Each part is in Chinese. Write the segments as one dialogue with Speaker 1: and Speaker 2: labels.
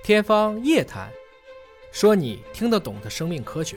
Speaker 1: 天方夜谭，说你听得懂的生命科学。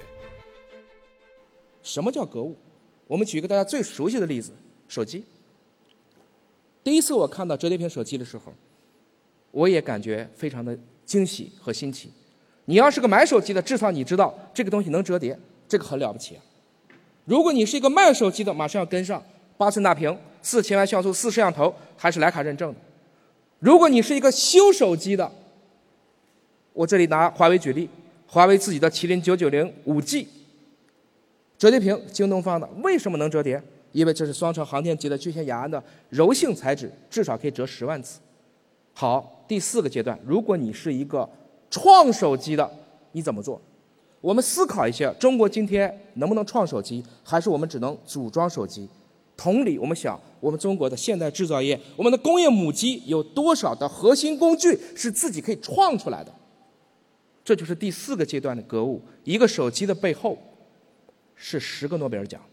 Speaker 2: 什么叫格物？我们举一个大家最熟悉的例子，手机。第一次我看到折叠屏手机的时候，我也感觉非常的惊喜和新奇。你要是个买手机的，至少你知道这个东西能折叠，这个很了不起啊。如果你是一个卖手机的，马上要跟上，8寸大屏，4000万像素，4摄像头，还是徕卡认证的。如果你是一个修手机的，我这里拿华为举例，华为自己的麒麟990 5G 折叠屏，京东方的，为什么能折叠？因为这是双层航天级的聚酰雅胺的柔性材质，至少可以折10万次。好，第4个阶段，如果你是一个创手机的，你怎么做？我们思考一下，中国今天能不能创手机，还是我们只能组装手机？同理，我们想，我们中国的现代制造业，我们的工业母机有多少的核心工具是自己可以创出来的？这就是第4个阶段的格物。一个手机的背后是10个诺贝尔奖。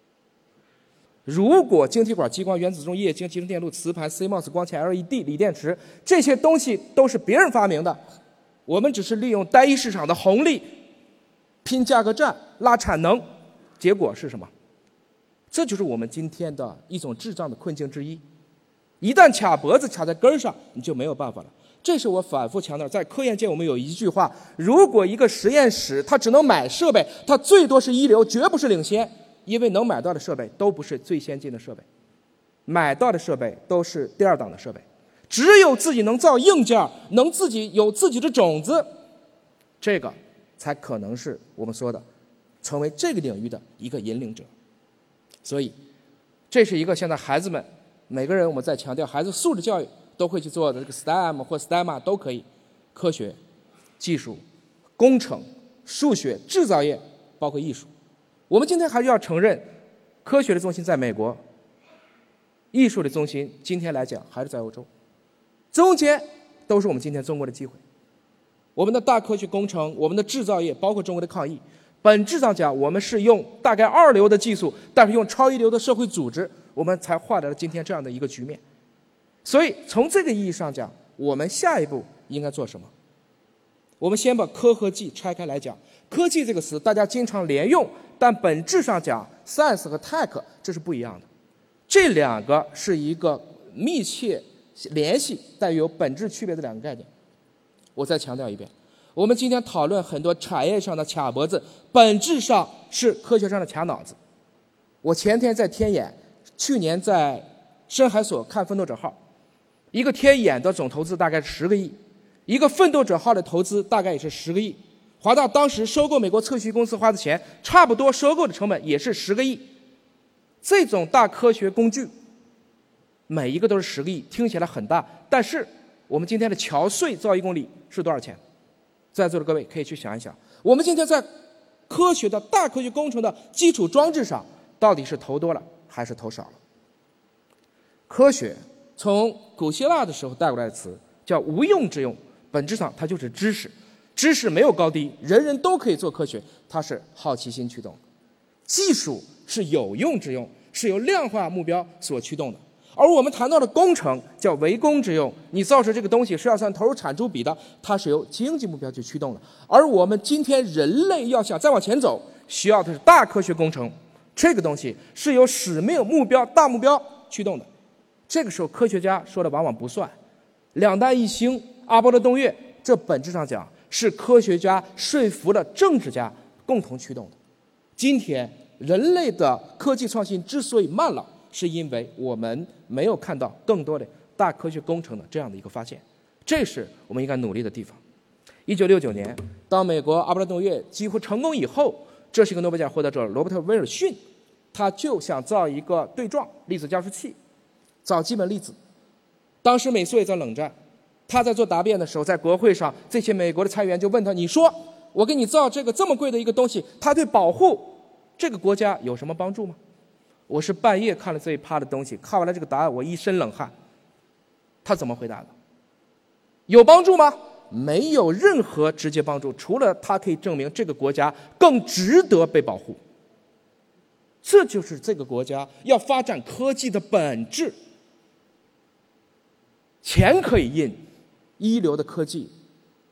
Speaker 2: 如果晶体管、激光、原子钟、液晶、集成电路、磁盘、CMOS 光纤、LED、锂电池，这些东西都是别人发明的，我们只是利用单一市场的红利拼价格战、拉产能，结果是什么？这就是我们今天的一种智障的困境之一。一旦卡脖子卡在根上，你就没有办法了。这是我反复强调，在科研界我们有一句话，如果一个实验室它只能买设备，它最多是一流，绝不是领先，因为能买到的设备都不是最先进的设备，买到的设备都是第2档的设备。只有自己能造硬件，能自己有自己的种子，这个才可能是我们说的成为这个领域的一个引领者。所以这是一个现在孩子们每个人，我们在强调孩子素质教育都会去做的，这个 STEM 或 STEMA 都可以，科学、技术、工程、数学、制造业，包括艺术。我们今天还是要承认，科学的中心在美国，艺术的中心今天来讲还是在欧洲，中间都是我们今天中国的机会。我们的大科学工程，我们的制造业，包括中国的抗疫，本质上讲，我们是用大概2流的技术，但是用超一流的社会组织，我们才换来了今天这样的一个局面。所以从这个意义上讲，我们下一步应该做什么？我们先把科和技拆开来讲。科技这个词大家经常连用，但本质上讲 science 和 tech 这是不一样的，这2个是一个密切联系但有本质区别的2个概念。我再强调一遍，我们今天讨论很多产业上的卡脖子，本质上是科学上的卡脑子。我前天在天眼，去年在深海所看奋斗者号，一个天眼的总投资大概是10个亿，一个奋斗者号的投资大概也是10个亿。华大当时收购美国测序公司花的钱，差不多收购的成本也是10个亿。这种大科学工具，每一个都是10个亿，听起来很大，但是我们今天的桥隧造1公里是多少钱？在座的各位可以去想一想，我们今天在科学的大科学工程的基础装置上，到底是投多了还是投少了？科学从古希腊的时候带过来的词叫无用之用，本质上它就是知识。知识没有高低，人人都可以做科学，它是好奇心驱动。技术是有用之用，是由量化目标所驱动的。而我们谈到的工程叫为工之用，你造出这个东西是要算投入产出比的，它是由经济目标去驱动的。而我们今天人类要想再往前走，需要的是大科学工程，这个东西是由使命、目标、大目标驱动的。这个时候科学家说的往往不算，2弹1星、阿波罗登月，这本质上讲是科学家说服了政治家共同驱动的。今天人类的科技创新之所以慢了，是因为我们没有看到更多的大科学工程的这样的一个发现，这是我们应该努力的地方。1969年，当美国阿波罗登月几乎成功以后，这是一个诺贝尔奖获得者罗伯特·威尔逊，他就想造一个对撞粒子加速器，造基本粒子。当时美苏也在冷战，他在做答辩的时候，在国会上，这些美国的参议员就问他，你说我给你造这个这么贵的一个东西，它对保护这个国家有什么帮助吗？我是半夜看了这一趴的东西，看完了这个答案，我一身冷汗。他怎么回答的？有帮助吗？没有任何直接帮助，除了它可以证明这个国家更值得被保护。这就是这个国家要发展科技的本质。钱可以印，一流的科技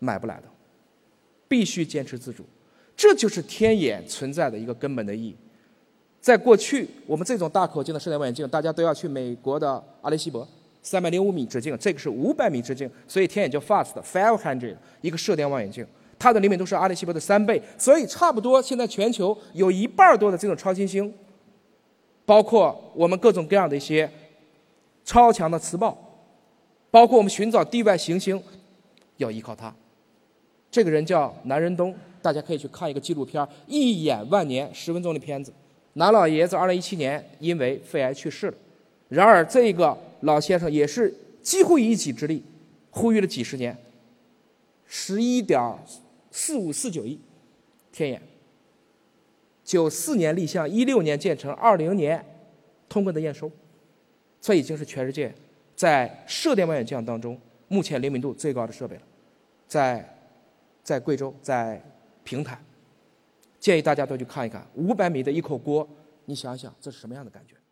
Speaker 2: 买不来的，必须坚持自主。这就是天眼存在的一个根本的意义。在过去，我们这种大口径的射电望远镜，大家都要去美国的阿雷西博305米直径，这个是500米直径，所以天眼叫 FAST 一个射电望远镜，它的灵敏度是阿雷西博的3倍，所以差不多现在全球有1半多的这种超新星，包括我们各种各样的一些超强的磁暴，包括我们寻找地外行星，要依靠它。这个人叫南仁东，大家可以去看一个纪录片《一眼万年》，10分钟的片子。南老爷子2017年因为肺癌去世了，然而这个老先生也是几乎以一己之力呼吁了几十年，11.4549亿天眼，94年立项，16年建成，20年通过的验收，这已经是全世界在射电望远镜当中目前灵敏度最高的设备了，在贵州，在平潭，建议大家都去看一看500米的一口锅，你想想这是什么样的感觉？